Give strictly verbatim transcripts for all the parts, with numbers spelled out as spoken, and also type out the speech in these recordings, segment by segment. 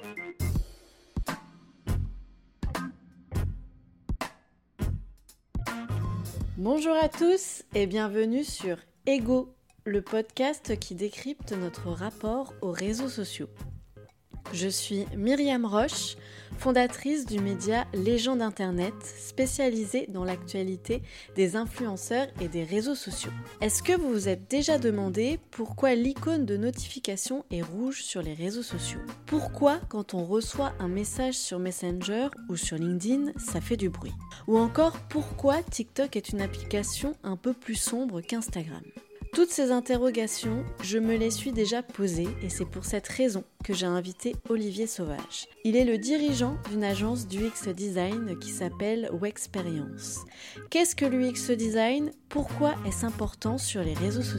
Bonjour à tous et bienvenue sur Ego, le podcast qui décrypte notre rapport aux réseaux sociaux. Je suis Myriam Roche, fondatrice du média Légende Internet, spécialisée dans l'actualité des influenceurs et des réseaux sociaux. Est-ce que vous vous êtes déjà demandé pourquoi l'icône de notification est rouge sur les réseaux sociaux ? Pourquoi quand on reçoit un message sur Messenger ou sur LinkedIn, ça fait du bruit ? Ou encore pourquoi TikTok est une application un peu plus sombre qu'Instagram ? Toutes ces interrogations, je me les suis déjà posées et c'est pour cette raison que j'ai invité Olivier Sauvage. Il est le dirigeant d'une agence d'U X Design qui s'appelle Wexperience. Qu'est-ce que l'U X Design ? Pourquoi est-ce important sur les réseaux sociaux ?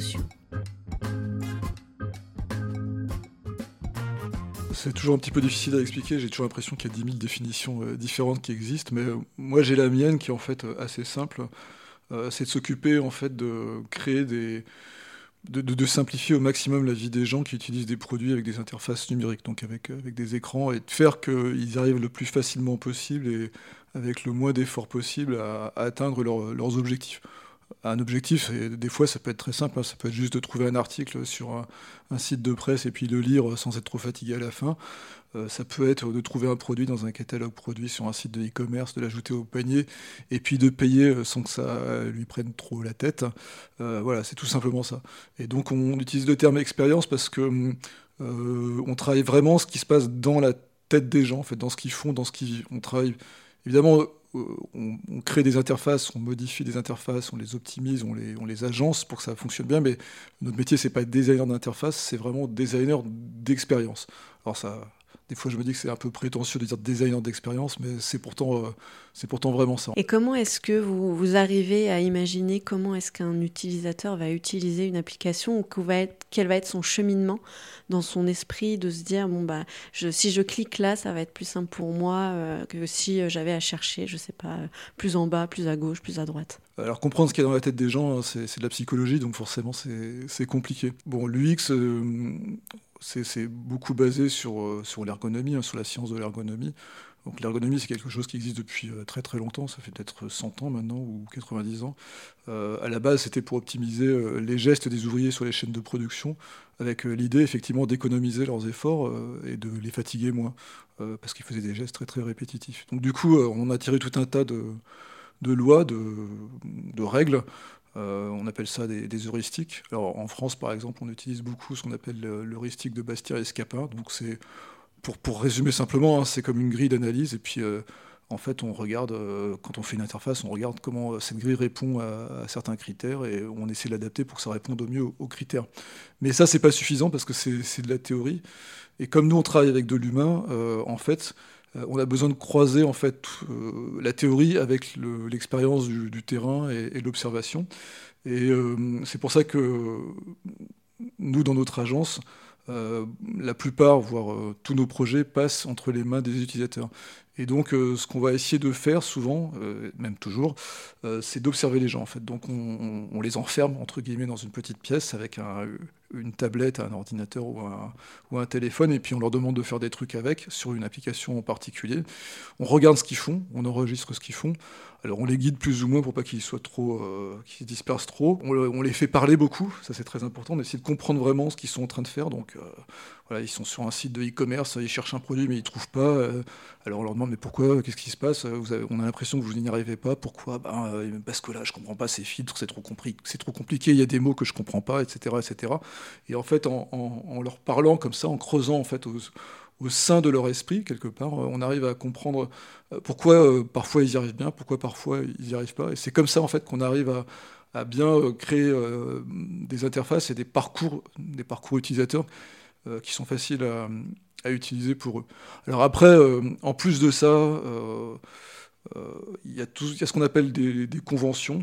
C'est toujours un petit peu difficile à expliquer, j'ai toujours l'impression qu'il y a dix mille définitions euh, différentes qui existent, mais euh, moi j'ai la mienne qui est en fait euh, assez simple. Euh, c'est de s'occuper en fait de créer des, de, de, de simplifier au maximum la vie des gens qui utilisent des produits avec des interfaces numériques, donc avec, avec des écrans, et de faire qu'ils arrivent le plus facilement possible et avec le moins d'efforts possible à, à atteindre leur, leurs objectifs. Un objectif, et des fois ça peut être très simple, hein, ça peut être juste de trouver un article sur un, un site de presse et puis de lire sans être trop fatigué à la fin. Euh, ça peut être de trouver un produit dans un catalogue produit sur un site de e-commerce, de l'ajouter au panier et puis de payer sans que ça lui prenne trop la tête. Euh, voilà, c'est tout simplement ça. Et donc on utilise le terme expérience parce que euh, on travaille vraiment ce qui se passe dans la tête des gens, en fait, dans ce qu'ils font, dans ce qu'ils vivent. On travaille évidemment. On, on crée des interfaces, on modifie des interfaces, on les optimise, on les, on les agence pour que ça fonctionne bien, mais notre métier, c'est pas designer d'interface, c'est vraiment designer d'expérience. Alors ça, des fois, je me dis que c'est un peu prétentieux de dire designer d'expérience, mais c'est pourtant, euh, c'est pourtant vraiment ça. Et comment est-ce que vous, vous arrivez à imaginer comment est-ce qu'un utilisateur va utiliser une application ou va être, quel va être son cheminement dans son esprit de se dire, bon, bah, je, si je clique là, ça va être plus simple pour moi euh, que si j'avais à chercher, je sais pas, plus en bas, plus à gauche, plus à droite. Alors comprendre ce qu'il y a dans la tête des gens, c'est, c'est de la psychologie, donc forcément c'est, c'est compliqué. Bon, l'U X, euh, c'est, c'est beaucoup basé sur, euh, sur l'ergonomie, hein, sur la science de l'ergonomie. Donc l'ergonomie, c'est quelque chose qui existe depuis euh, très très longtemps, ça fait peut-être cent ans maintenant, ou quatre-vingt-dix ans. Euh, à la base, c'était pour optimiser euh, les gestes des ouvriers sur les chaînes de production, avec euh, l'idée effectivement d'économiser leurs efforts euh, et de les fatiguer moins, euh, parce qu'ils faisaient des gestes très très répétitifs. Donc du coup, euh, on a tiré tout un tas de... de lois, de, de règles. Euh, on appelle ça des, des heuristiques. Alors, en France, par exemple, on utilise beaucoup ce qu'on appelle l'heuristique de Bastiat et Scapin. Donc, c'est, pour, pour résumer simplement, hein, c'est comme une grille d'analyse. Et puis, euh, en fait, on regarde, euh, quand on fait une interface, on regarde comment cette grille répond à, à certains critères et on essaie de l'adapter pour que ça réponde au mieux aux, aux critères. Mais ça, c'est pas suffisant parce que c'est, c'est de la théorie. Et comme nous, on travaille avec de l'humain, euh, en fait, on a besoin de croiser en fait euh, la théorie avec le, l'expérience du, du terrain et, et l'observation. Et euh, c'est pour ça que nous, dans notre agence, euh, la plupart, voire euh, tous nos projets passent entre les mains des utilisateurs. Et donc, euh, ce qu'on va essayer de faire souvent, euh, même toujours, euh, c'est d'observer les gens, en fait. Donc, on, on, on les enferme, entre guillemets, dans une petite pièce avec un, une tablette, un ordinateur ou un, ou un téléphone, et puis on leur demande de faire des trucs avec, sur une application en particulier. On regarde ce qu'ils font, on enregistre ce qu'ils font. Alors, on les guide plus ou moins pour pas qu'ils soient trop, euh, qu'ils se dispersent trop. On, on les fait parler beaucoup, ça c'est très important, on essaie de comprendre vraiment ce qu'ils sont en train de faire. Donc, euh, voilà, ils sont sur un site de e-commerce, ils cherchent un produit mais ils trouvent pas. Euh, alors on leur demande mais pourquoi, qu'est-ce qui se passe, vous avez, on a l'impression que vous n'y arrivez pas, pourquoi, ben, euh, parce que là je comprends pas ces filtres, c'est trop, compli- c'est trop compliqué, il y a des mots que je comprends pas, et cetera, et cetera. Et en fait en, en, en leur parlant comme ça, en creusant en fait aux, au sein de leur esprit quelque part, on arrive à comprendre pourquoi euh, parfois ils y arrivent bien, pourquoi parfois ils y arrivent pas. Et c'est comme ça en fait qu'on arrive à, à bien euh, créer euh, des interfaces et des parcours, des parcours utilisateurs euh, qui sont faciles à à utiliser pour eux. Alors après, euh, en plus de ça, euh, euh, il y a tout, il y a ce qu'on appelle des, des conventions.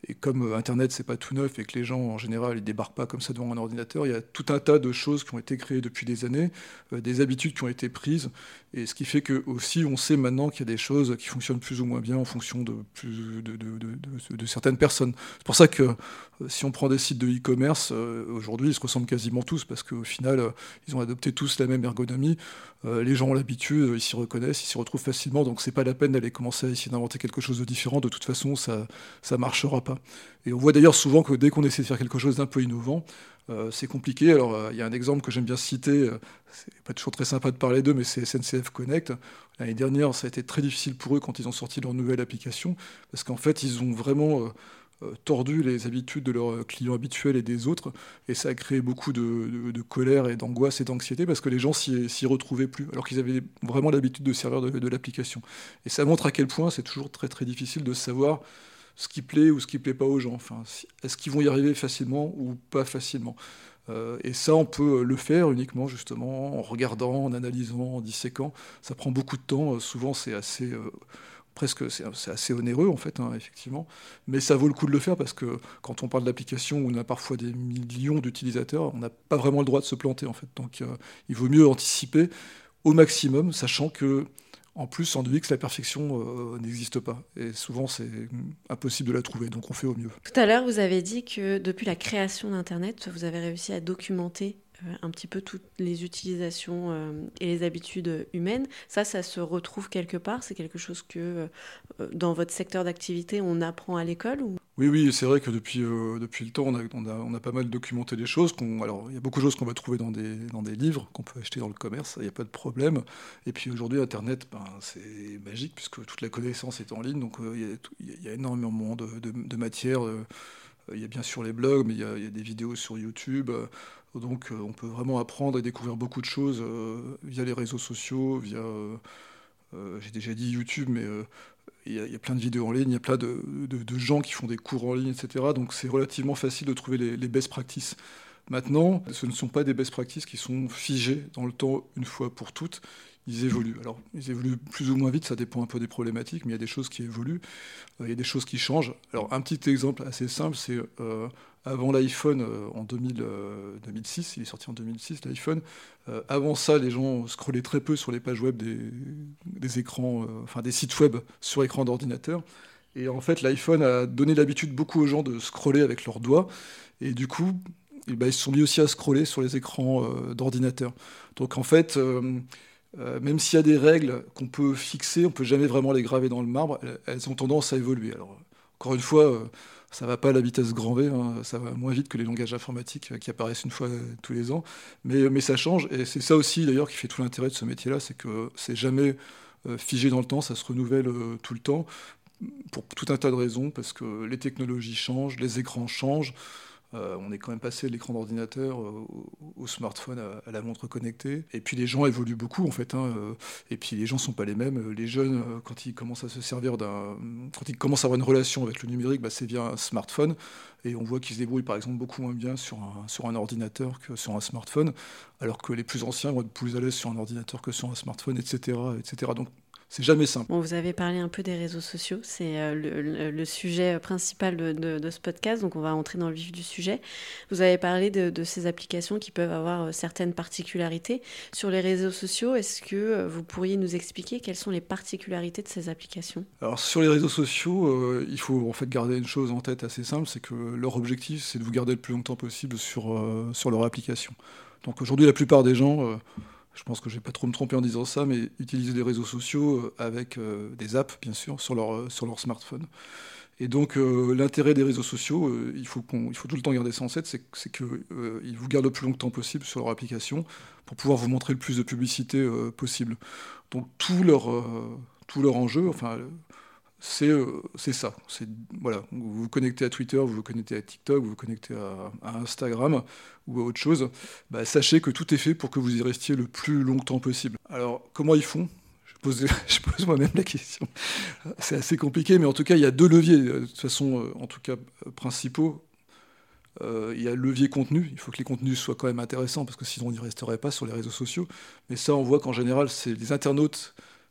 Et comme Internet, c'est pas tout neuf et que les gens, en général, ils débarquent pas comme ça devant un ordinateur, il y a tout un tas de choses qui ont été créées depuis des années, euh, des habitudes qui ont été prises, et ce qui fait que aussi on sait maintenant qu'il y a des choses qui fonctionnent plus ou moins bien en fonction de, plus, de, de, de, de, de certaines personnes. C'est pour ça que euh, si on prend des sites de e-commerce, euh, aujourd'hui, ils se ressemblent quasiment tous, parce qu'au final, euh, ils ont adopté tous la même ergonomie. Euh, les gens ont l'habitude, ils s'y reconnaissent, ils s'y retrouvent facilement, donc c'est pas la peine d'aller commencer à essayer d'inventer quelque chose de différent. De toute façon, ça ça marchera pas. Et on voit d'ailleurs souvent que dès qu'on essaie de faire quelque chose d'un peu innovant, euh, c'est compliqué. Alors il euh, y a un exemple que j'aime bien citer, euh, c'est pas toujours très sympa de parler d'eux, mais c'est S N C F Connect. L'année dernière, ça a été très difficile pour eux quand ils ont sorti leur nouvelle application, parce qu'en fait, ils ont vraiment euh, euh, tordu les habitudes de leurs clients habituels et des autres, et ça a créé beaucoup de, de, de colère et d'angoisse et d'anxiété, parce que les gens s'y, s'y retrouvaient plus, alors qu'ils avaient vraiment l'habitude de servir de, de l'application. Et ça montre à quel point c'est toujours très très difficile de savoir ce qui plaît ou ce qui plaît pas aux gens. Enfin, est-ce qu'ils vont y arriver facilement ou pas facilement? Euh, et ça, on peut le faire uniquement justement en regardant, en analysant, en disséquant. Ça prend beaucoup de temps. Souvent, c'est assez euh, presque c'est, c'est assez onéreux en fait, hein, effectivement. Mais ça vaut le coup de le faire parce que quand on parle d'applications où on a parfois des millions d'utilisateurs, on n'a pas vraiment le droit de se planter en fait. Donc, euh, il vaut mieux anticiper au maximum, sachant que en plus, en U X, la perfection euh, n'existe pas. Et souvent, c'est impossible de la trouver. Donc, on fait au mieux. Tout à l'heure, vous avez dit que depuis la création d'Internet, vous avez réussi à documenter euh, un petit peu toutes les utilisations euh, et les habitudes humaines. Ça, ça se retrouve quelque part? C'est quelque chose que, euh, dans votre secteur d'activité, on apprend à l'école ou... Oui, oui, c'est vrai que depuis, euh, depuis le temps, on a, on, a, on a pas mal documenté des choses. Qu'on, alors, il y a beaucoup de choses qu'on va trouver dans des, dans des livres, qu'on peut acheter dans le commerce, il n'y a pas de problème. Et puis aujourd'hui, Internet, ben, c'est magique, puisque toute la connaissance est en ligne. Donc, euh, il y a, il y a énormément de, de, de matière. Euh, il y a bien sûr les blogs, mais il y a, il y a des vidéos sur YouTube. Euh, donc, euh, on peut vraiment apprendre et découvrir beaucoup de choses euh, via les réseaux sociaux, via... Euh, euh, j'ai déjà dit YouTube, mais... Euh, Il y, a, il y a plein de vidéos en ligne, il y a plein de, de, de gens qui font des cours en ligne, et cetera. Donc c'est relativement facile de trouver les, les best practices. Maintenant, ce ne sont pas des best practices qui sont figés dans le temps une fois pour toutes. Ils évoluent. Alors, ils évoluent plus ou moins vite, ça dépend un peu des problématiques, mais il y a des choses qui évoluent, euh, il y a des choses qui changent. Alors, un petit exemple assez simple, c'est euh, avant l'iPhone, euh, en deux mille, euh, deux mille six, il est sorti en deux mille six, l'iPhone. Euh, avant ça, les gens scrollaient très peu sur les pages web des, des écrans, euh, enfin des sites web sur écran d'ordinateur. Et en fait, l'iPhone a donné l'habitude beaucoup aux gens de scroller avec leurs doigts. Et du coup, eh ben, ils se sont mis aussi à scroller sur les écrans euh, d'ordinateur. Donc en fait... Euh, Euh, même s'il y a des règles qu'on peut fixer, on ne peut jamais vraiment les graver dans le marbre, elles, elles ont tendance à évoluer. Alors, encore une fois, euh, ça ne va pas à la vitesse grand V, hein, ça va moins vite que les langages informatiques euh, qui apparaissent une fois euh, tous les ans, mais, mais ça change, et c'est ça aussi d'ailleurs qui fait tout l'intérêt de ce métier-là, c'est que c'est jamais euh, figé dans le temps, ça se renouvelle euh, tout le temps, pour tout un tas de raisons, parce que les technologies changent, les écrans changent. Euh, on est quand même passé de l'écran d'ordinateur euh, au, au smartphone, à, à la montre connectée. Et puis les gens évoluent beaucoup en fait. Hein, euh, et puis les gens sont pas les mêmes. Les jeunes, euh, quand ils commencent à se servir d'un, quand ils commencent à avoir une relation avec le numérique, bah, c'est via un smartphone. Et on voit qu'ils se débrouillent par exemple beaucoup moins bien sur un, sur un ordinateur que sur un smartphone, alors que les plus anciens vont être plus à l'aise sur un ordinateur que sur un smartphone, et cetera, et cetera. Donc c'est jamais simple. Bon, vous avez parlé un peu des réseaux sociaux, c'est euh, le, le, le sujet principal de, de, de ce podcast, donc on va entrer dans le vif du sujet. Vous avez parlé de, de ces applications qui peuvent avoir certaines particularités. Sur les réseaux sociaux, est-ce que vous pourriez nous expliquer quelles sont les particularités de ces applications ? Alors sur les réseaux sociaux, euh, il faut en fait garder une chose en tête assez simple, c'est que leur objectif, c'est de vous garder le plus longtemps possible sur, euh, sur leur application. Donc aujourd'hui, la plupart des gens... Euh, Je pense que je ne vais pas trop me tromper en disant ça, mais utiliser les réseaux sociaux avec euh, des apps, bien sûr, sur leur, euh, sur leur smartphone. Et donc, euh, l'intérêt des réseaux sociaux, euh, il, faut qu'on, il faut tout le temps garder ça en tête, c'est, c'est qu'ils euh, vous gardent le plus longtemps possible sur leur application pour pouvoir vous montrer le plus de publicité euh, possible. Donc, tout leur, euh, tout leur enjeu, enfin... C'est, euh, c'est ça. C'est, voilà. Vous vous connectez à Twitter, vous vous connectez à TikTok, vous vous connectez à, à Instagram ou à autre chose. Bah, sachez que tout est fait pour que vous y restiez le plus longtemps possible. Alors, comment ils font ? je pose, je pose moi-même la question. C'est assez compliqué, mais en tout cas, il y a deux leviers, de toute façon, euh, en tout cas, euh, principaux. Euh, il y a le levier contenu. Il faut que les contenus soient quand même intéressants, parce que sinon, on n'y resterait pas sur les réseaux sociaux. Mais ça, on voit qu'en général, c'est les internautes...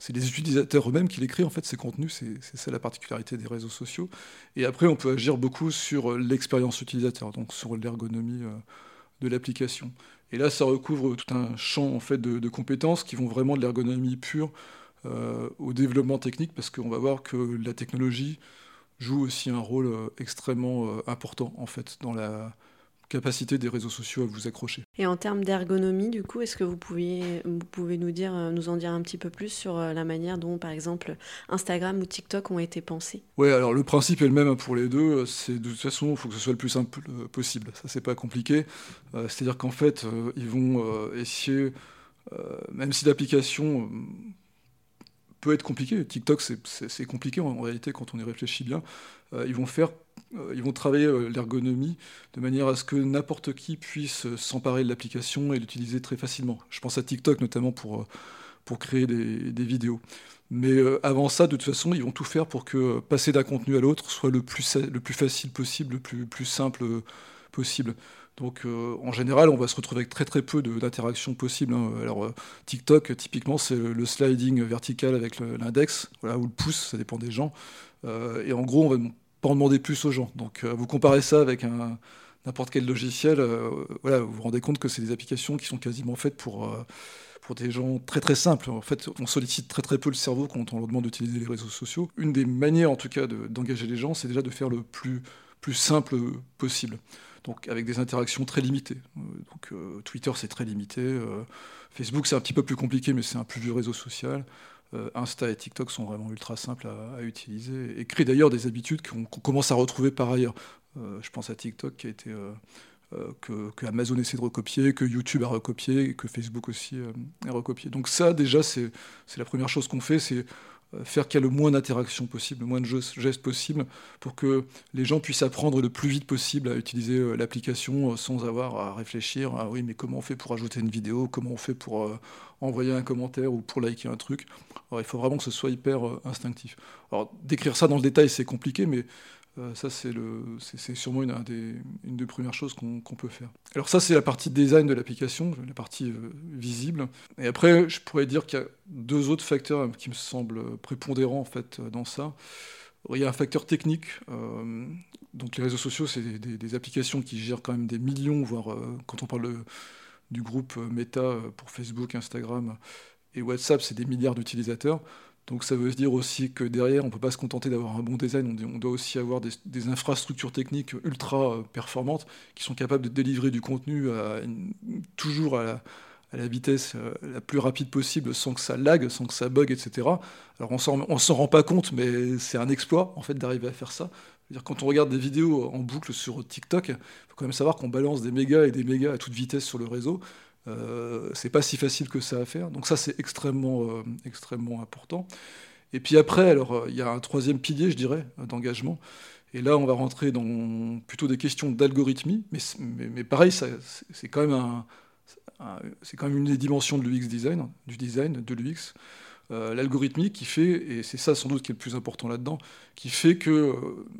c'est les utilisateurs eux-mêmes qui les créent, en fait, ces contenus. C'est, c'est ça la particularité des réseaux sociaux. Et après, on peut agir beaucoup sur l'expérience utilisateur, donc sur l'ergonomie euh, de l'application. Et là, ça recouvre tout un champ en fait, de, de compétences qui vont vraiment de l'ergonomie pure euh, au développement technique, parce qu'on va voir que la technologie joue aussi un rôle euh, extrêmement euh, important en fait, dans la capacité des réseaux sociaux à vous accrocher. Et en termes d'ergonomie, du coup, est-ce que vous pouvez, vous pouvez nous, dire, nous en dire un petit peu plus sur la manière dont, par exemple, Instagram ou TikTok ont été pensés ? Oui, alors le principe est le même pour les deux. C'est de toute façon, il faut que ce soit le plus simple possible. Ça, c'est pas compliqué. Euh, c'est-à-dire qu'en fait, euh, ils vont euh, essayer, euh, même si l'application euh, peut être compliquée, TikTok c'est, c'est, c'est compliqué en, en réalité quand on y réfléchit bien, euh, ils vont faire ils vont travailler l'ergonomie de manière à ce que n'importe qui puisse s'emparer de l'application et l'utiliser très facilement. Je pense à TikTok notamment pour, pour créer des, des vidéos. Mais avant ça, de toute façon, ils vont tout faire pour que passer d'un contenu à l'autre soit le plus, le plus facile possible, le plus, plus simple possible. Donc euh, en général, on va se retrouver avec très très peu de, d'interactions possibles. Hein. Alors euh, TikTok, typiquement, c'est le, le sliding vertical avec le, l'index, voilà, ou le pouce, ça dépend des gens. Euh, et en gros, on va pas en demander plus aux gens. Donc euh, vous comparez ça avec un, n'importe quel logiciel, euh, voilà, vous vous rendez compte que c'est des applications qui sont quasiment faites pour, euh, pour des gens très très simples. En fait, on sollicite très très peu le cerveau quand on leur demande d'utiliser les réseaux sociaux. Une des manières en tout cas de, d'engager les gens, c'est déjà de faire le plus, plus simple possible. Donc avec des interactions très limitées. Donc euh, Twitter c'est très limité, euh, Facebook c'est un petit peu plus compliqué mais c'est un plus vieux réseau social. Euh, Insta et TikTok sont vraiment ultra simples à, à utiliser et créent d'ailleurs des habitudes qu'on, qu'on commence à retrouver par ailleurs. Euh, je pense à TikTok qui a été euh, euh, que, que Amazon essaie de recopier, que YouTube a recopié, et que Facebook aussi euh, a recopié. Donc ça déjà c'est, c'est la première chose qu'on fait, c'est faire qu'il y ait le moins d'interactions possible, le moins de gestes possible, pour que les gens puissent apprendre le plus vite possible à utiliser l'application sans avoir à réfléchir à oui, mais comment on fait pour ajouter une vidéo, comment on fait pour euh, envoyer un commentaire ou pour liker un truc. Alors, il faut vraiment que ce soit hyper euh, instinctif. Alors, décrire ça dans le détail, c'est compliqué, mais euh, ça, c'est, le, c'est, c'est sûrement une, un des, une des premières choses qu'on, qu'on peut faire. Alors ça, c'est la partie design de l'application, la partie euh, visible. Et après, je pourrais dire qu'il y a deux autres facteurs qui me semblent prépondérants en fait, dans ça. Il y a un facteur technique. Euh, donc les réseaux sociaux, c'est des, des, des applications qui gèrent quand même des millions, voire euh, quand on parle de, du groupe Meta pour Facebook, Instagram et WhatsApp, c'est des milliards d'utilisateurs. Donc ça veut dire aussi que derrière, on ne peut pas se contenter d'avoir un bon design, on doit aussi avoir des, des infrastructures techniques ultra performantes qui sont capables de délivrer du contenu à une, toujours à la, à la vitesse la plus rapide possible sans que ça lag, sans que ça bug, et cetera. Alors on s'en, on s'en rend pas compte, mais c'est un exploit en fait d'arriver à faire ça. C'est-à-dire, quand on regarde des vidéos en boucle sur TikTok, il faut quand même savoir qu'on balance des mégas et des mégas à toute vitesse sur le réseau. Euh, c'est pas si facile que ça à faire, donc ça c'est extrêmement, euh, extrêmement important. Et puis après, alors il y a un troisième pilier, je dirais, d'engagement. Et là, on va rentrer dans plutôt des questions d'algorithmie, mais, mais, mais pareil, ça, c'est, c'est quand même un, un, c'est quand même une des dimensions de l'U X design, du design de l'U X. Euh, l'algorithmie qui fait, et c'est ça sans doute qui est le plus important là-dedans, qui fait que, euh,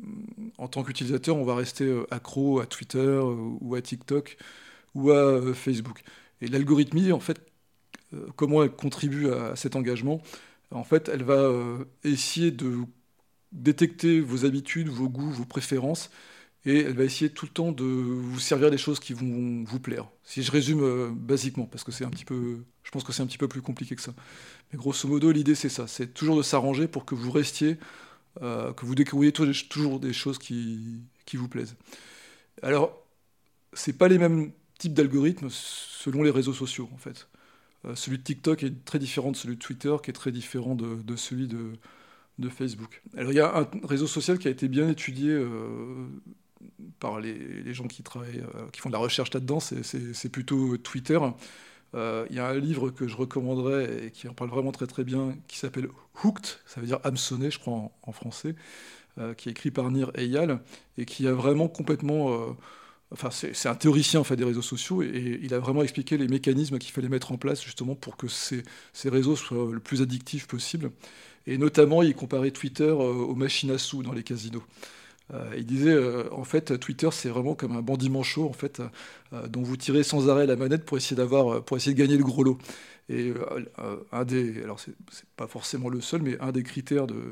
en tant qu'utilisateur, on va rester accro à Twitter euh, ou à TikTok ou à euh, Facebook. Et l'algorithmie, en fait, euh, comment elle contribue à, à cet engagement ? En fait, elle va euh, essayer de détecter vos habitudes, vos goûts, vos préférences, et elle va essayer tout le temps de vous servir des choses qui vont vous plaire. Si je résume euh, basiquement, parce que c'est un petit peu, je pense que c'est un petit peu plus compliqué que ça. Mais grosso modo, l'idée c'est ça, c'est toujours de s'arranger pour que vous restiez, euh, que vous découvriez toujours des choses qui, qui vous plaisent. Alors, c'est pas les mêmes types d'algorithmes selon les réseaux sociaux, en fait. Euh, celui de TikTok est très différent de celui de Twitter, qui est très différent de, de celui de, de Facebook. Alors, il y a un réseau social qui a été bien étudié euh, par les, les gens qui travaillent, euh, qui font de la recherche là-dedans, c'est, c'est, c'est plutôt Twitter. Euh, il y a un livre que je recommanderais et qui en parle vraiment très très bien, qui s'appelle Hooked, ça veut dire hameçonné, je crois, en, en français, euh, qui est écrit par Nir Eyal, et qui a vraiment complètement... Euh, Enfin, c'est, c'est un théoricien en fait, des réseaux sociaux et, et il a vraiment expliqué les mécanismes qu'il fallait mettre en place justement pour que ces, ces réseaux soient le plus addictifs possible. Et notamment, il comparait Twitter euh, aux machines à sous dans les casinos. Euh, il disait, euh, en fait, Twitter, c'est vraiment comme un bandit manchot, en fait, euh, dont vous tirez sans arrêt la manette pour essayer d'avoir, pour essayer de gagner le gros lot. Et euh, un des, alors c'est, c'est pas forcément le seul, mais un des critères de,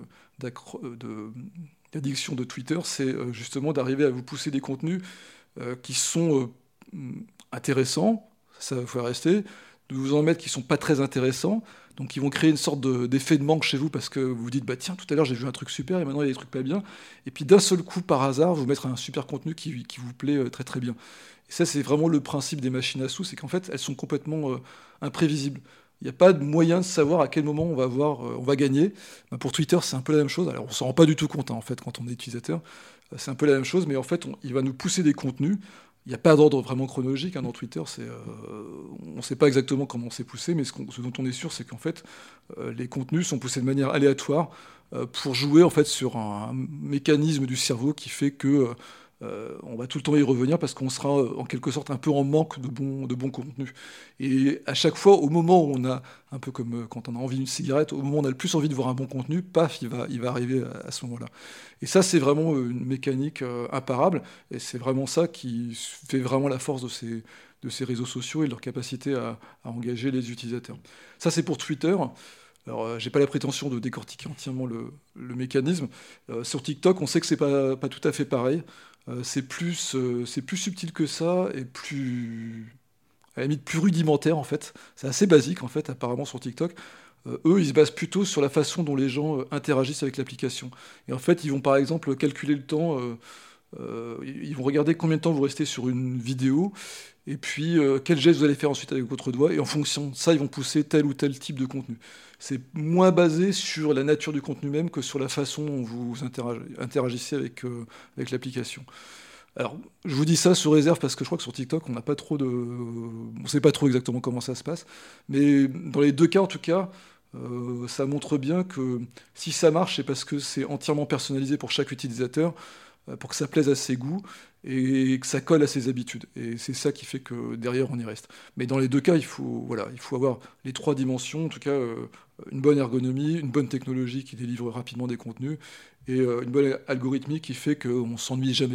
de, d'addiction de Twitter, c'est justement d'arriver à vous pousser des contenus euh, qui sont euh, intéressants, ça va falloir rester, de vous en mettre qui sont pas très intéressants, donc ils vont créer une sorte de, d'effet de manque chez vous parce que vous vous dites bah tiens tout à l'heure j'ai vu un truc super et maintenant il y a des trucs pas bien, et puis d'un seul coup par hasard vous mettre un super contenu qui, qui vous plaît euh, très très bien. Et ça c'est vraiment le principe des machines à sous, c'est qu'en fait elles sont complètement euh, imprévisibles. Il n'y a pas de moyen de savoir à quel moment on va avoir, euh, on va gagner. Ben, pour Twitter c'est un peu la même chose. Alors on s'en rend pas du tout compte hein, en fait quand on est utilisateur, euh, c'est un peu la même chose, mais en fait on, il va nous pousser des contenus. Il n'y a pas d'ordre vraiment chronologique hein, dans Twitter. C'est, euh, on ne sait pas exactement comment c'est poussé, mais ce, ce dont on est sûr, c'est qu'en fait, euh, les contenus sont poussés de manière aléatoire euh, pour jouer en fait sur un, un mécanisme du cerveau qui fait que euh, on va tout le temps y revenir parce qu'on sera euh, en quelque sorte un peu en manque de bons de bons contenus. Et à chaque fois, au moment où on a un peu comme euh, quand on a envie d'une cigarette, au moment où on a le plus envie de voir un bon contenu, paf, il va il va arriver à, à ce moment-là. Et ça, c'est vraiment une mécanique euh, imparable, et c'est vraiment ça qui fait vraiment la force de ces, de ces réseaux sociaux et de leur capacité à, à engager les utilisateurs. Ça, c'est pour Twitter. Alors, euh, j'ai pas la prétention de décortiquer entièrement le, le mécanisme. Euh, sur TikTok, on sait que c'est pas, pas tout à fait pareil. Euh, c'est plus, euh, c'est plus subtil que ça et plus, à la limite, plus rudimentaire en fait. C'est assez basique en fait, apparemment sur TikTok. Euh, eux, ils se basent plutôt sur la façon dont les gens euh, interagissent avec l'application. Et en fait, ils vont par exemple calculer le temps, euh, euh, ils vont regarder combien de temps vous restez sur une vidéo, et puis euh, quel geste vous allez faire ensuite avec votre doigt, et en fonction de ça, ils vont pousser tel ou tel type de contenu. C'est moins basé sur la nature du contenu même que sur la façon dont vous interagissez avec, euh, avec l'application. Alors, je vous dis ça sous réserve parce que je crois que sur TikTok, on n'a pas trop de... On ne sait pas trop exactement comment ça se passe. Mais dans les deux cas, en tout cas, euh, ça montre bien que si ça marche, c'est parce que c'est entièrement personnalisé pour chaque utilisateur, euh, pour que ça plaise à ses goûts et que ça colle à ses habitudes. Et c'est ça qui fait que derrière, on y reste. Mais dans les deux cas, il faut, voilà, il faut avoir les trois dimensions, en tout cas, euh, une bonne ergonomie, une bonne technologie qui délivre rapidement des contenus, et euh, une bonne algorithmie qui fait qu'on ne s'ennuie jamais.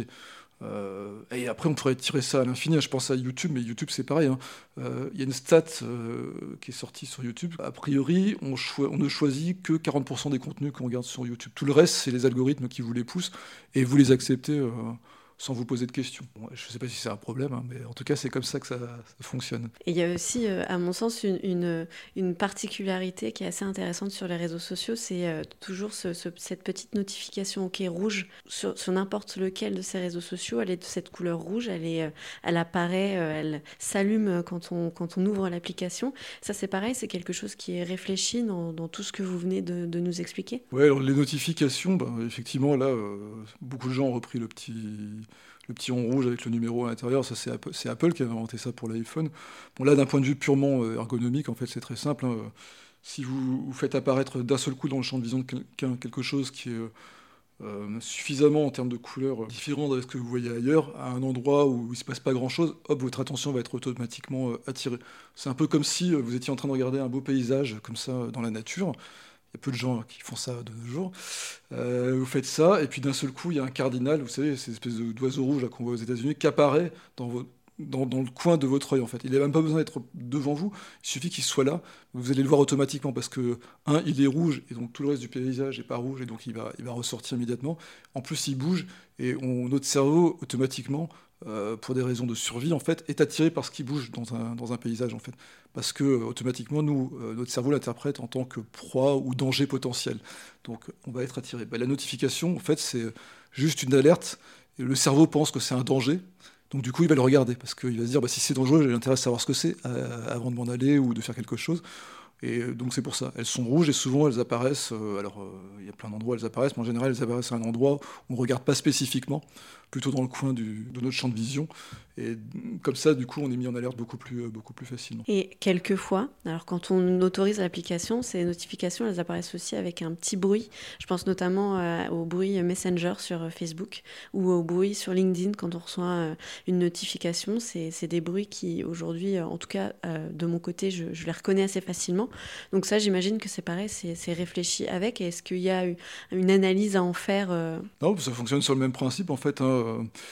Euh, et après, on pourrait tirer ça à l'infini. Je pense à YouTube, mais YouTube, c'est pareil. Il hein. euh, y a une stat euh, qui est sortie sur YouTube. A priori, on, cho- on ne choisit que quarante pour cent des contenus qu'on regarde sur YouTube. Tout le reste, c'est les algorithmes qui vous les poussent et vous les acceptez euh, sans vous poser de questions. Bon, je ne sais pas si c'est un problème, hein, mais en tout cas, c'est comme ça que ça, ça fonctionne. Et il y a aussi, euh, à mon sens, une, une, une particularité qui est assez intéressante sur les réseaux sociaux, c'est euh, toujours ce, ce, cette petite notification OK rouge sur, sur n'importe lequel de ces réseaux sociaux. Elle est de cette couleur rouge, elle, est, euh, elle apparaît, euh, elle s'allume quand on, quand on ouvre l'application. Ça, c'est pareil, c'est quelque chose qui est réfléchi dans, dans tout ce que vous venez de, de nous expliquer. Ouais, alors les notifications, ben, effectivement, là, euh, beaucoup de gens ont repris le petit... le petit rond rouge avec le numéro à l'intérieur, ça c'est Apple, c'est Apple qui avait inventé ça pour l'iPhone. Bon là, d'un point de vue purement euh, ergonomique, en fait, c'est très simple. Hein. Si vous, vous faites apparaître d'un seul coup dans le champ de vision de quelqu'un quelque chose qui est euh, euh, suffisamment en termes de couleur euh, différent de ce que vous voyez ailleurs, à un endroit où il se passe pas grand-chose, hop, votre attention va être automatiquement euh, attirée. C'est un peu comme si euh, vous étiez en train de regarder un beau paysage comme ça euh, dans la nature. Il y a peu de gens qui font ça de nos jours. Euh, vous faites ça, et puis d'un seul coup, il y a un cardinal, vous savez, ces espèces d'oiseaux rouges là, qu'on voit aux États-Unis, qui apparaît dans, vos, dans, dans le coin de votre œil, en fait. Il n'a même pas besoin d'être devant vous, il suffit qu'il soit là. Vous allez le voir automatiquement parce que, un, il est rouge, et donc tout le reste du paysage n'est pas rouge, et donc il va, il va ressortir immédiatement. En plus, il bouge, et on, notre cerveau, automatiquement, euh, pour des raisons de survie, en fait, est attiré par ce qui bouge dans un, dans un paysage, en fait. Parce que, euh, automatiquement, nous, euh, notre cerveau l'interprète en tant que proie ou danger potentiel. Donc, on va être attiré. Ben, la notification, en fait, c'est juste une alerte, et le cerveau pense que c'est un danger, donc du coup, il va le regarder, parce qu'il va se dire, bah, si c'est dangereux, j'ai intérêt à savoir ce que c'est, euh, avant de m'en aller ou de faire quelque chose. Et donc c'est pour ça. Elles sont rouges et souvent elles apparaissent, euh, alors il euh, y a plein d'endroits où elles apparaissent, mais en général elles apparaissent à un endroit où on ne regarde pas spécifiquement, plutôt dans le coin du, de notre champ de vision. Et comme ça, du coup, on est mis en alerte beaucoup plus, euh, beaucoup plus facilement. Et quelquefois, alors quand on autorise l'application, ces notifications, elles apparaissent aussi avec un petit bruit. Je pense notamment euh, au bruit Messenger sur Facebook ou au bruit sur LinkedIn quand on reçoit euh, une notification. C'est, c'est des bruits qui, aujourd'hui, euh, en tout cas, euh, de mon côté, je, je les reconnais assez facilement. Donc ça, j'imagine que c'est pareil, c'est, c'est réfléchi avec. Et est-ce qu'il y a eu une analyse à en faire euh... Non, ça fonctionne sur le même principe, en fait. Hein.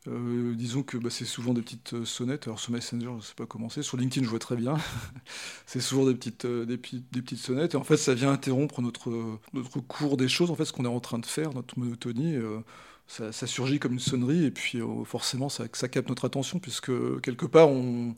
Euh, disons que bah, c'est souvent des petites euh, sonnettes. Alors sur Messenger, je sais pas comment c'est. Sur LinkedIn, je vois très bien. C'est souvent des petites, euh, des, pi- des petites sonnettes. Et en fait, ça vient interrompre notre, euh, notre cours des choses, en fait, ce qu'on est en train de faire, notre monotonie. euh, ça, ça surgit comme une sonnerie, et puis euh, forcément, ça, ça capte notre attention, puisque quelque part, on,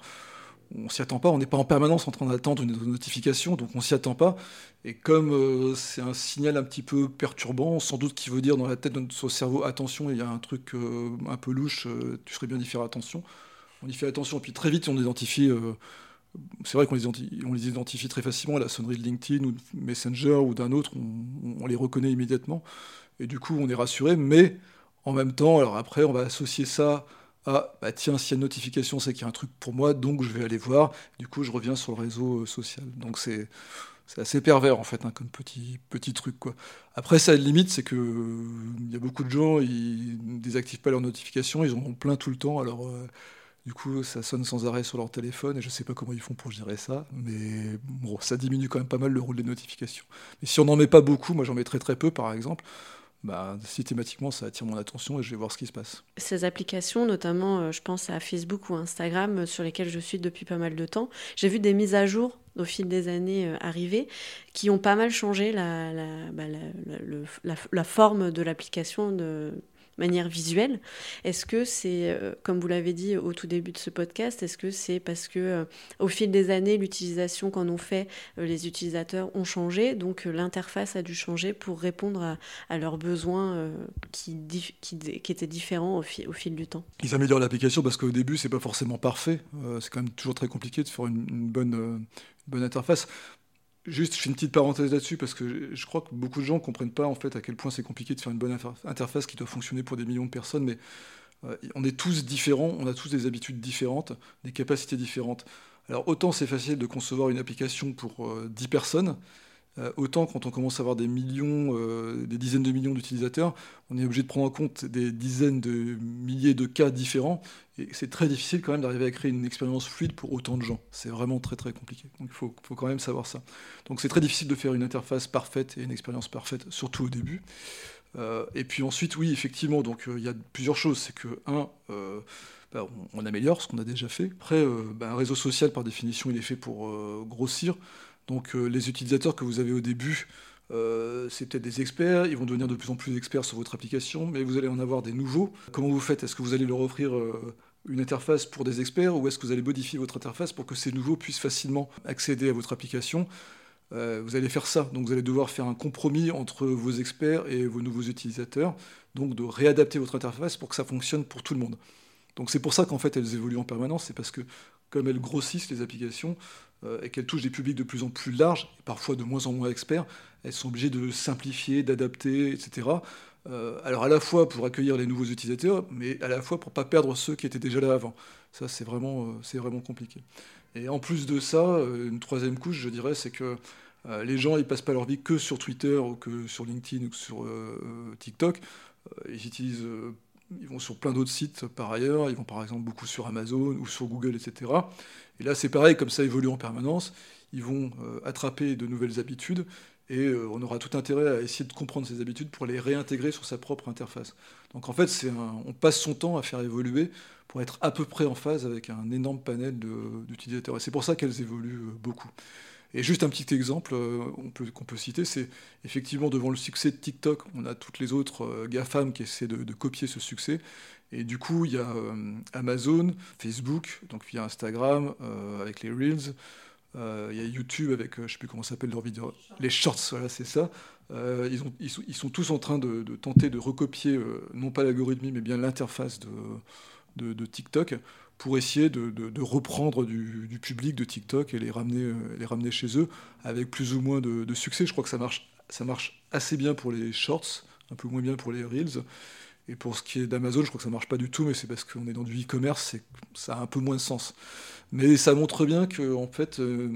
on s'y attend pas, on n'est pas en permanence en train d'attendre une notification, donc on s'y attend pas. Et comme euh, c'est un signal un petit peu perturbant, sans doute qui veut dire dans la tête de notre cerveau, attention, il y a un truc euh, un peu louche, euh, tu ferais bien d'y faire attention. On y fait attention, et puis très vite on identifie, euh, c'est vrai qu'on les, identi- on les identifie très facilement, à la sonnerie de LinkedIn ou de Messenger ou d'un autre, on, on les reconnaît immédiatement, et du coup on est rassuré, mais en même temps, alors après on va associer ça à, bah tiens, s'il y a une notification, c'est qu'il y a un truc pour moi, donc je vais aller voir, du coup je reviens sur le réseau euh, social. Donc c'est c'est assez pervers en fait, hein, comme petit, petit truc quoi. Après, ça a une limite, c'est que euh, il y a beaucoup de gens, ils ne désactivent pas leurs notifications, ils en ont plein tout le temps, alors euh, du coup ça sonne sans arrêt sur leur téléphone, et je sais pas comment ils font pour gérer ça, mais bon, ça diminue quand même pas mal le rôle des notifications. Mais si on n'en met pas beaucoup, moi j'en mets très très peu par exemple, bah systématiquement ça attire mon attention et je vais voir ce qui se passe. Ces applications, notamment, euh, je pense à Facebook ou Instagram, euh, sur lesquelles je suis depuis pas mal de temps, j'ai vu des mises à jour au fil des années euh, arriver qui ont pas mal changé la, la, bah, la, la- le- la- la forme de l'application de manière visuelle. Est-ce que c'est, euh, comme vous l'avez dit au tout début de ce podcast, est-ce que c'est parce que euh, au fil des années, l'utilisation qu'en ont fait euh, les utilisateurs ont changé, donc euh, l'interface a dû changer pour répondre à, à leurs besoins euh, qui, dif- qui, d- qui étaient différents au, fi- au fil du temps. Ils améliorent l'application parce qu'au début, c'est pas forcément parfait. Euh, c'est quand même toujours très compliqué de faire une, une bonne, euh, une bonne interface. Juste, je fais une petite parenthèse là-dessus parce que je je crois que beaucoup de gens comprennent pas en fait à quel point c'est compliqué de faire une bonne inter- interface qui doit fonctionner pour des millions de personnes. Mais euh, on est tous différents, on a tous des habitudes différentes, des capacités différentes. Alors autant c'est facile de concevoir une application pour euh, dix personnes, euh, autant quand on commence à avoir des millions, euh, des dizaines de millions d'utilisateurs, on est obligé de prendre en compte des dizaines de milliers de cas différents, et c'est très difficile quand même d'arriver à créer une expérience fluide pour autant de gens. C'est vraiment très très compliqué. Donc il faut, faut quand même savoir ça. Donc c'est très difficile de faire une interface parfaite et une expérience parfaite, surtout au début. Euh, et puis ensuite, oui, effectivement, donc euh, il y a plusieurs choses. C'est que, un, euh, bah, on, on améliore ce qu'on a déjà fait. Après, euh, bah, un réseau social, par définition, il est fait pour euh, grossir. Donc euh, les utilisateurs que vous avez au début, euh, c'est peut-être des experts, ils vont devenir de plus en plus experts sur votre application, mais vous allez en avoir des nouveaux. Comment vous faites? Est-ce que vous allez leur offrir euh, une interface pour des experts, ou est-ce que vous allez modifier votre interface pour que ces nouveaux puissent facilement accéder à votre application? Euh, vous allez faire ça, donc vous allez devoir faire un compromis entre vos experts et vos nouveaux utilisateurs, donc de réadapter votre interface pour que ça fonctionne pour tout le monde. Donc c'est pour ça qu'en fait elles évoluent en permanence, c'est parce que comme elles grossissent les applications euh, et qu'elles touchent des publics de plus en plus larges, et parfois de moins en moins experts, elles sont obligées de simplifier, d'adapter, et cetera. Euh, alors à la fois pour accueillir les nouveaux utilisateurs, mais à la fois pour ne pas perdre ceux qui étaient déjà là avant. Ça c'est vraiment, euh, c'est vraiment compliqué. Et en plus de ça, euh, une troisième couche, je dirais, c'est que euh, les gens ils passent pas leur vie que sur Twitter ou que sur LinkedIn ou que sur euh, TikTok. Euh, ils utilisent euh, ils vont sur plein d'autres sites par ailleurs, ils vont par exemple beaucoup sur Amazon ou sur Google, et cetera. Et là, c'est pareil, comme ça évolue en permanence, ils vont euh, attraper de nouvelles habitudes, et euh, on aura tout intérêt à essayer de comprendre ces habitudes pour les réintégrer sur sa propre interface. Donc en fait, c'est un- on passe son temps à faire évoluer pour être à peu près en phase avec un énorme panel de- d'utilisateurs. Et c'est pour ça qu'elles évoluent euh, beaucoup. Et juste un petit exemple euh, on peut- qu'on peut citer, c'est effectivement devant le succès de TikTok, on a toutes les autres euh, GAFAM qui essaient de, de copier ce succès. Et du coup, il y a euh, Amazon, Facebook, donc via Instagram, euh, avec les Reels, euh, il y a YouTube avec, euh, je ne sais plus comment ça s'appelle leur vidéo, les Shorts, voilà, c'est ça. Euh, ils, ont- ils sont, ils sont tous en train de, de tenter de recopier, euh, non pas l'algorithme, mais bien l'interface de, de, de TikTok pour essayer de, de- de reprendre du, du public de TikTok et les ramener, euh, les ramener chez eux avec plus ou moins de, de succès. Je crois que ça marche, ça marche assez bien pour les shorts, un peu moins bien pour les reels. Et pour ce qui est d'Amazon, je crois que ça marche pas du tout, mais c'est parce qu'on est dans du e-commerce et que ça a un peu moins de sens. Mais ça montre bien que, en fait, euh,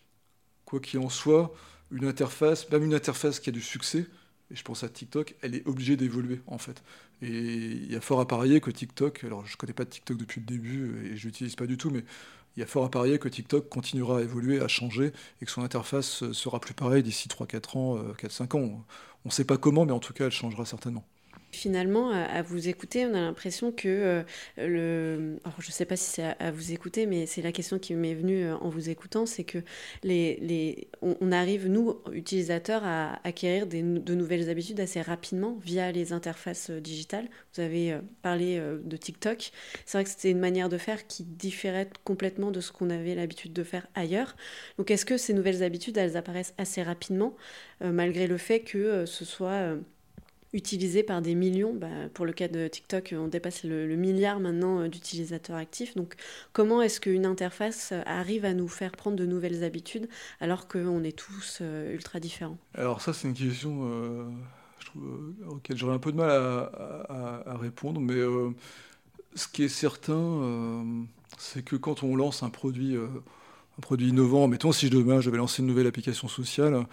quoi qu'il en soit, une interface, même une interface qui a du succès, et je pense à TikTok, elle est obligée d'évoluer en fait. Et il y a fort à parier que TikTok, alors je connais pas TikTok depuis le début et je l'utilise pas du tout, mais il y a fort à parier que TikTok continuera à évoluer, à changer, et que son interface euh, sera plus pareille d'ici trois quatre ans, euh, quatre cinq ans. On ne sait pas comment, mais en tout cas, elle changera certainement. Finalement, à, à vous écouter, on a l'impression que euh, le... Alors, je ne sais pas si c'est à, à vous écouter, mais c'est la question qui m'est venue euh, en vous écoutant, c'est que les, les... On, on arrive, nous, utilisateurs, à acquérir des, de nouvelles habitudes assez rapidement via les interfaces euh, digitales. Vous avez euh, parlé euh, de TikTok. C'est vrai que c'était une manière de faire qui différait complètement de ce qu'on avait l'habitude de faire ailleurs. Donc, est-ce que ces nouvelles habitudes, elles apparaissent assez rapidement, euh, malgré le fait que euh, ce soit... Euh, utilisé par des millions. Bah, pour le cas de TikTok, on dépasse le, le milliard maintenant d'utilisateurs actifs. Donc, comment est-ce qu'une interface arrive à nous faire prendre de nouvelles habitudes alors qu'on est tous euh, ultra différents ? Alors ça, c'est une question euh, je trouve, euh, auquel j'aurais un peu de mal à, à- à répondre, mais euh, ce qui est certain, euh, c'est que quand on lance un produit, euh, un produit innovant, mettons si demain je vais lancer une nouvelle application sociale,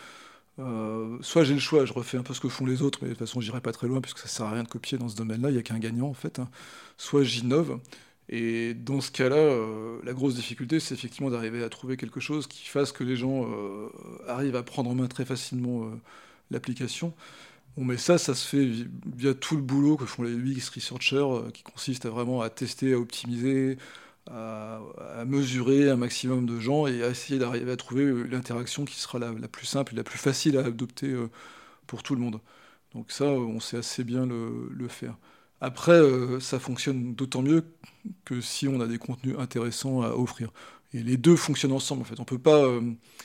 Euh, soit j'ai le choix, je refais un peu ce que font les autres, mais de toute façon j'irai pas très loin puisque ça sert à rien de copier dans ce domaine-là, il n'y a qu'un gagnant en fait, hein. Soit j'innove, et dans ce cas-là, euh, la grosse difficulté c'est effectivement d'arriver à trouver quelque chose qui fasse que les gens euh, arrivent à prendre en main très facilement euh, l'application. Bon, mais ça, ça se fait vi- via tout le boulot que font les U X researchers, euh, qui consiste à vraiment à tester, à optimiser, à, à mesurer un maximum de gens et à essayer d'arriver à trouver euh, l'interaction qui sera la, la plus simple et la plus facile à adopter euh, pour tout le monde. Donc ça, euh, on sait assez bien le, le faire. Après, euh, ça fonctionne d'autant mieux que si on a des contenus intéressants à offrir. Et les deux fonctionnent ensemble, en fait. On peut pas, euh,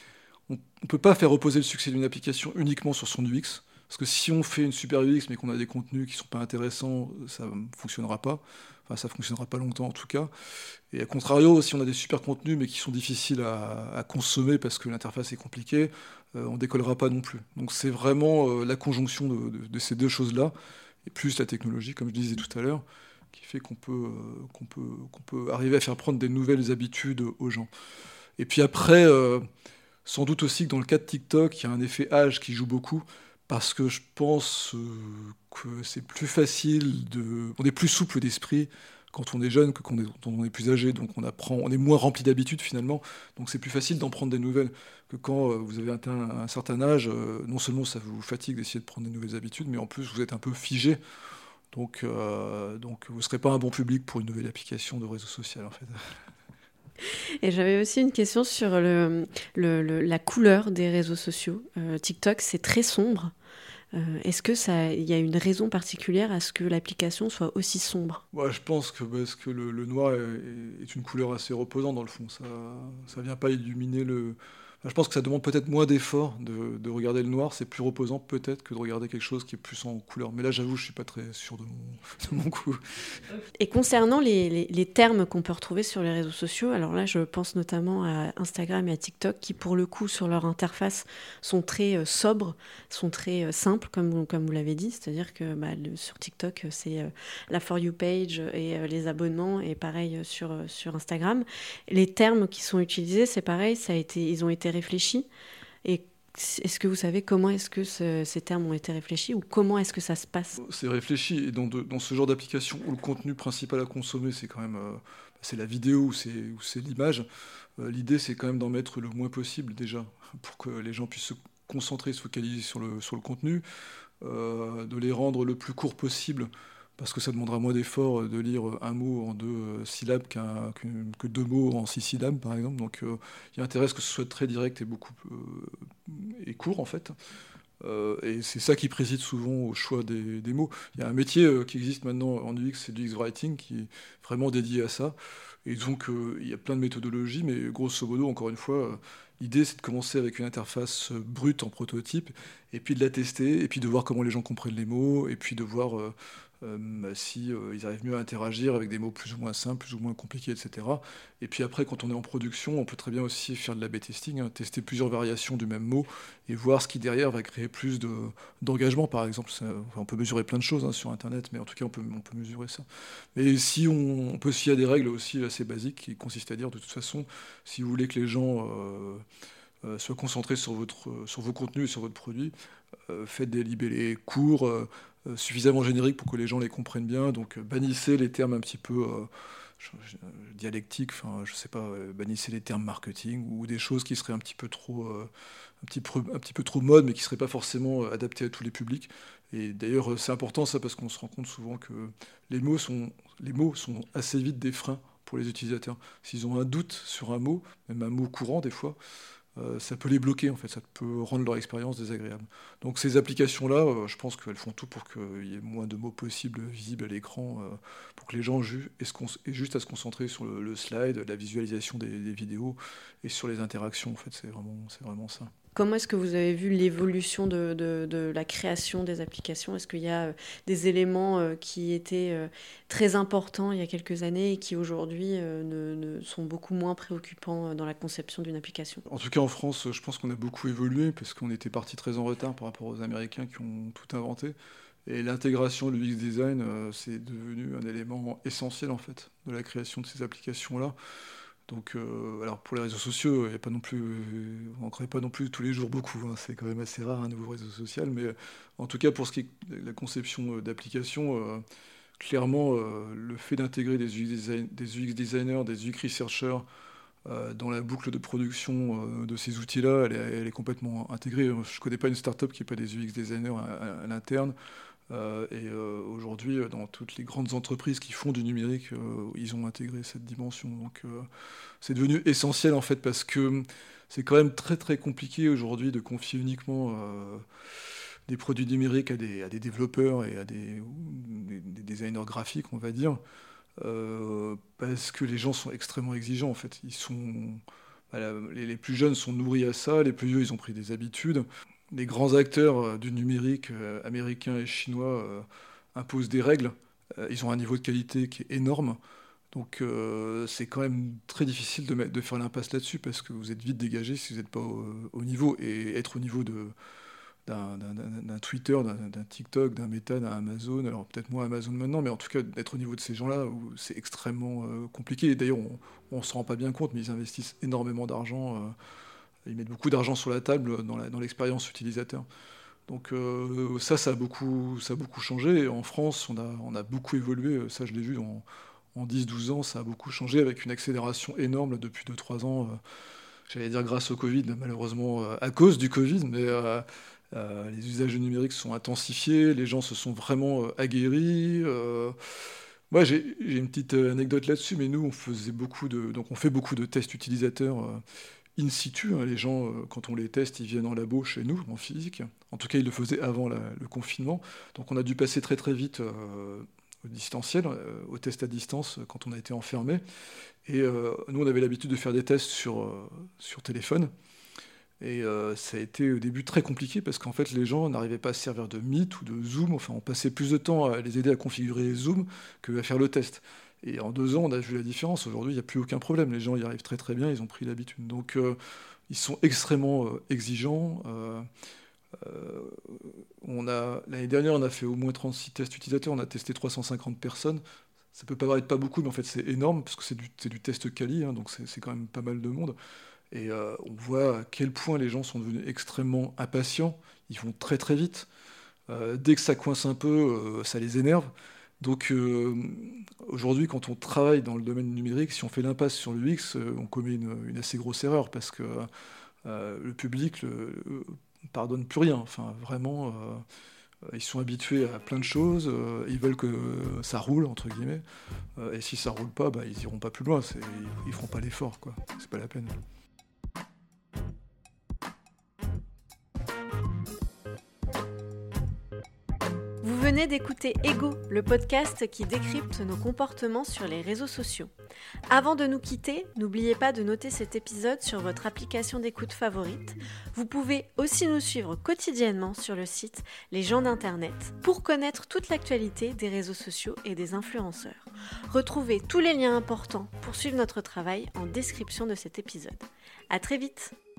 on ne peut pas faire reposer le succès d'une application uniquement sur son U X. Parce que si on fait une super U X mais qu'on a des contenus qui ne sont pas intéressants, ça ne fonctionnera pas. Enfin, ça ne fonctionnera pas longtemps en tout cas. Et à contrario, si on a des super contenus mais qui sont difficiles à, à consommer parce que l'interface est compliquée, euh, on ne décollera pas non plus. Donc c'est vraiment euh, la conjonction de, de- de ces deux choses-là, et plus la technologie, comme je disais tout à l'heure, qui fait qu'on peut, euh, qu'on peut, qu'on peut arriver à faire prendre des nouvelles habitudes aux gens. Et puis après, euh, sans doute aussi que dans le cas de TikTok, il y a un effet âge qui joue beaucoup, parce que je pense euh, que c'est plus facile de... On est plus souple d'esprit quand on est jeune que quand on est, quand on est plus âgé, donc on apprend, on est moins rempli d'habitudes finalement, donc c'est plus facile d'en prendre des nouvelles que quand euh, vous avez atteint un certain âge. Euh, non seulement ça vous fatigue d'essayer de prendre des nouvelles habitudes, mais en plus vous êtes un peu figé, donc, euh, donc vous ne serez pas un bon public pour une nouvelle application de réseau social en fait. Et j'avais aussi une question sur le, le- le- la couleur des réseaux sociaux. Euh, TikTok, c'est très sombre. Euh, est-ce que ça, il y a une raison particulière à ce que l'application soit aussi sombre ? Moi, je pense que parce que le, le noir est, est une couleur assez reposante dans le fond. Ça, ça vient pas illuminer le. Enfin, je pense que ça demande peut-être moins d'effort de, de regarder le noir. C'est plus reposant peut-être que de regarder quelque chose qui est plus en couleur. Mais là, j'avoue, je suis pas très sûr de mon, de mon coup. Et concernant les, les- les termes qu'on peut retrouver sur les réseaux sociaux, alors là, je pense notamment à Instagram et à TikTok, qui pour le coup, sur leur interface, sont très euh, sobres, sont très euh, simples, comme, vous- comme vous l'avez dit. C'est-à-dire que bah, le- sur TikTok, euh, c'est euh, la For You page et euh, les abonnements, et pareil euh, sur, euh, sur Instagram. Les termes qui sont utilisés, c'est pareil, ça a été, ils ont été réfléchis. Et est-ce que vous savez comment est-ce que ce- ces termes ont été réfléchis ou comment est-ce que ça se passe ? C'est réfléchi. Et dans, de- dans ce genre d'application où le contenu principal à consommer, c'est quand même euh, c'est la vidéo ou c'est ou c'est l'image, euh, l'idée, c'est quand même d'en mettre le moins possible déjà, pour que les gens puissent se concentrer, se focaliser sur le, sur le contenu, euh, de les rendre le plus court possible, parce que ça demandera moins d'efforts euh, de lire un mot en deux euh, syllabes qu'un- qu'une- que deux mots en six syllabes, par exemple. Donc euh, il intéresse que ce soit très direct et beaucoup euh, et court, en fait. Euh, et c'est ça qui préside souvent au choix des, des mots. Il y a un métier euh, qui existe maintenant en U X, c'est l'U X Writing, qui est vraiment dédié à ça. Et donc, euh, il y a plein de méthodologies, mais grosso modo, encore une fois, euh, l'idée, c'est de commencer avec une interface euh, brute en prototype, et puis de la tester, et puis de voir comment les gens comprennent les mots, et puis de voir euh, euh, bah, si euh, ils arrivent mieux à interagir avec des mots plus ou moins simples, plus ou moins compliqués, et cetera. Et puis après, quand on est en production, on peut très bien aussi faire de l'A B testing, hein, tester plusieurs variations du même mot, et voir ce qui derrière va créer plus de, d'engagement, par exemple. Ça, enfin, on peut mesurer plein de choses hein, sur Internet, mais en tout cas, on peut, on peut mesurer ça. Mais si on, on peut se fier à des règles aussi assez basiques qui consistent à dire, de toute façon, si vous voulez que les gens euh, euh, soient concentrés sur, votre, sur vos contenus et sur votre produit, euh, faites des libellés courts, euh, euh, suffisamment génériques pour que les gens les comprennent bien. Donc, euh, bannissez les termes un petit peu... euh, dialectique, enfin, je sais pas, euh, bannissez les termes marketing ou des choses qui seraient un petit peu trop, euh, un petit peu, un petit peu trop mode, mais qui seraient pas forcément adaptées à tous les publics. Et d'ailleurs, c'est important ça parce qu'on se rend compte souvent que les mots sont, les mots sont assez vite des freins pour les utilisateurs. S'ils ont un doute sur un mot, même un mot courant des fois, euh, ça peut les bloquer en fait, ça peut rendre leur expérience désagréable. Donc ces applications-là, euh, je pense qu'elles font tout pour qu'il y ait moins de mots possibles visibles à l'écran, euh, pour que les gens ju- aient, se con- aient juste à se concentrer sur le, le slide, la visualisation des, des vidéos et sur les interactions. En fait, c'est vraiment, c'est vraiment ça. Comment est-ce que vous avez vu l'évolution de, de, de la création des applications ? Est-ce qu'il y a euh, des éléments euh, qui étaient euh, très importants il y a quelques années et qui aujourd'hui euh, ne, ne sont beaucoup moins préoccupants euh, dans la conception d'une application ? En tout cas, en France, je pense qu'on a beaucoup évolué parce qu'on était parti très en retard par rapport aux Américains qui ont tout inventé. Et l'intégration de l'U X design, euh, c'est devenu un élément essentiel en fait de la création de ces applications-là. Donc, euh, alors pour les réseaux sociaux, il y a pas non plus, euh, on n'en crée pas non plus tous les jours beaucoup. Hein, c'est quand même assez rare un nouveau réseau social. Mais euh, en tout cas, pour ce qui est de la conception euh, d'applications, euh, clairement, euh, le fait d'intégrer des U X, design- des U X designers, des U X researchers euh, dans la boucle de production euh, de ces outils-là, elle est, elle est complètement intégrée. Je ne connais pas une startup qui n'ait pas des U X designers à, à- à l'interne. Euh, et euh, aujourd'hui, euh, dans toutes les grandes entreprises qui font du numérique, euh, ils ont intégré cette dimension. Donc, euh, c'est devenu essentiel en fait parce que c'est quand même très très compliqué aujourd'hui de confier uniquement euh, des produits numériques à des, à des développeurs et à des, des, des designers graphiques, on va dire, euh, parce que les gens sont extrêmement exigeants en fait. Ils sont, voilà, les, les plus jeunes sont nourris à ça, les plus vieux ils ont pris des habitudes. Les grands acteurs euh, du numérique euh, américains et chinois euh, imposent des règles. Euh, ils ont un niveau de qualité qui est énorme. Donc euh, c'est quand même très difficile de, mettre- de faire l'impasse là-dessus parce que vous êtes vite dégagé si vous n'êtes pas au, au niveau. Et être au niveau de, d'un, d'un- d'un- d'un Twitter, d'un, d'un TikTok, d'un Meta, d'un Amazon, alors peut-être moins Amazon maintenant, mais en tout cas d'être au niveau de ces gens-là, où c'est extrêmement euh, compliqué. Et d'ailleurs, on ne se rend pas bien compte, mais ils investissent énormément d'argent. euh, ils mettent beaucoup d'argent sur la table dans, la- dans l'expérience utilisateur. Donc euh, ça, ça a, beaucoup, ça a beaucoup changé. Et en France, on a, on a beaucoup évolué. Ça, je l'ai vu en, en dix douze ans, ça a beaucoup changé avec une accélération énorme depuis deux trois ans. euh, J'allais dire grâce au Covid, malheureusement euh, à cause du Covid, mais euh, euh, les usages du numérique se sont intensifiés, les gens se sont vraiment euh, aguerris. euh. Moi, j'ai j'ai une petite euh, anecdote là-dessus, mais nous, on faisait beaucoup de, donc on fait beaucoup de tests utilisateurs euh, in situ. Hein. Les gens, euh, quand on les teste, ils viennent en labo chez nous, en physique. En tout cas, ils le faisaient avant la- le confinement. Donc on a dû passer très très vite euh, au distanciel, euh, au test à distance euh, quand on a été enfermé. Et euh, nous, on avait l'habitude de faire des tests sur, euh, sur téléphone. Et euh, ça a été au début très compliqué parce qu'en fait, les gens n'arrivaient pas à se servir de Meet ou de Zoom. Enfin, on passait plus de temps à les aider à configurer Zoom qu'à faire le test. Et en deux ans, on a vu la différence. Aujourd'hui, il n'y a plus aucun problème. Les gens y arrivent très très bien, ils ont pris l'habitude. Donc, euh, ils sont extrêmement euh, exigeants. Euh, euh, on a, l'année dernière, on a fait au moins trente-six tests utilisateurs. On a testé trois cent cinquante personnes. Ça peut paraître pas beaucoup, mais en fait, c'est énorme parce que c'est du, c'est du test quali, hein, donc c'est c'est quand même pas mal de monde. Et euh, on voit à quel point les gens sont devenus extrêmement impatients. Ils vont très très vite. Euh, dès que ça coince un peu, euh, ça les énerve. Donc euh, aujourd'hui, quand on travaille dans le domaine numérique, si on fait l'impasse sur l'U X, euh, on commet une, une assez grosse erreur parce que euh, le public ne pardonne plus rien. Enfin, vraiment, euh, ils sont habitués à plein de choses. Euh, ils veulent que ça roule, entre guillemets. Euh, et si ça roule pas, bah, ils iront pas plus loin. C'est, ils, ils feront pas l'effort, quoi. C'est pas la peine. Vous venez d'écouter Ego, le podcast qui décrypte nos comportements sur les réseaux sociaux. Avant de nous quitter, n'oubliez pas de noter cet épisode sur votre application d'écoute favorite. Vous pouvez aussi nous suivre quotidiennement sur le site Les gens d'Internet pour connaître toute l'actualité des réseaux sociaux et des influenceurs. Retrouvez tous les liens importants pour suivre notre travail en description de cet épisode. À très vite!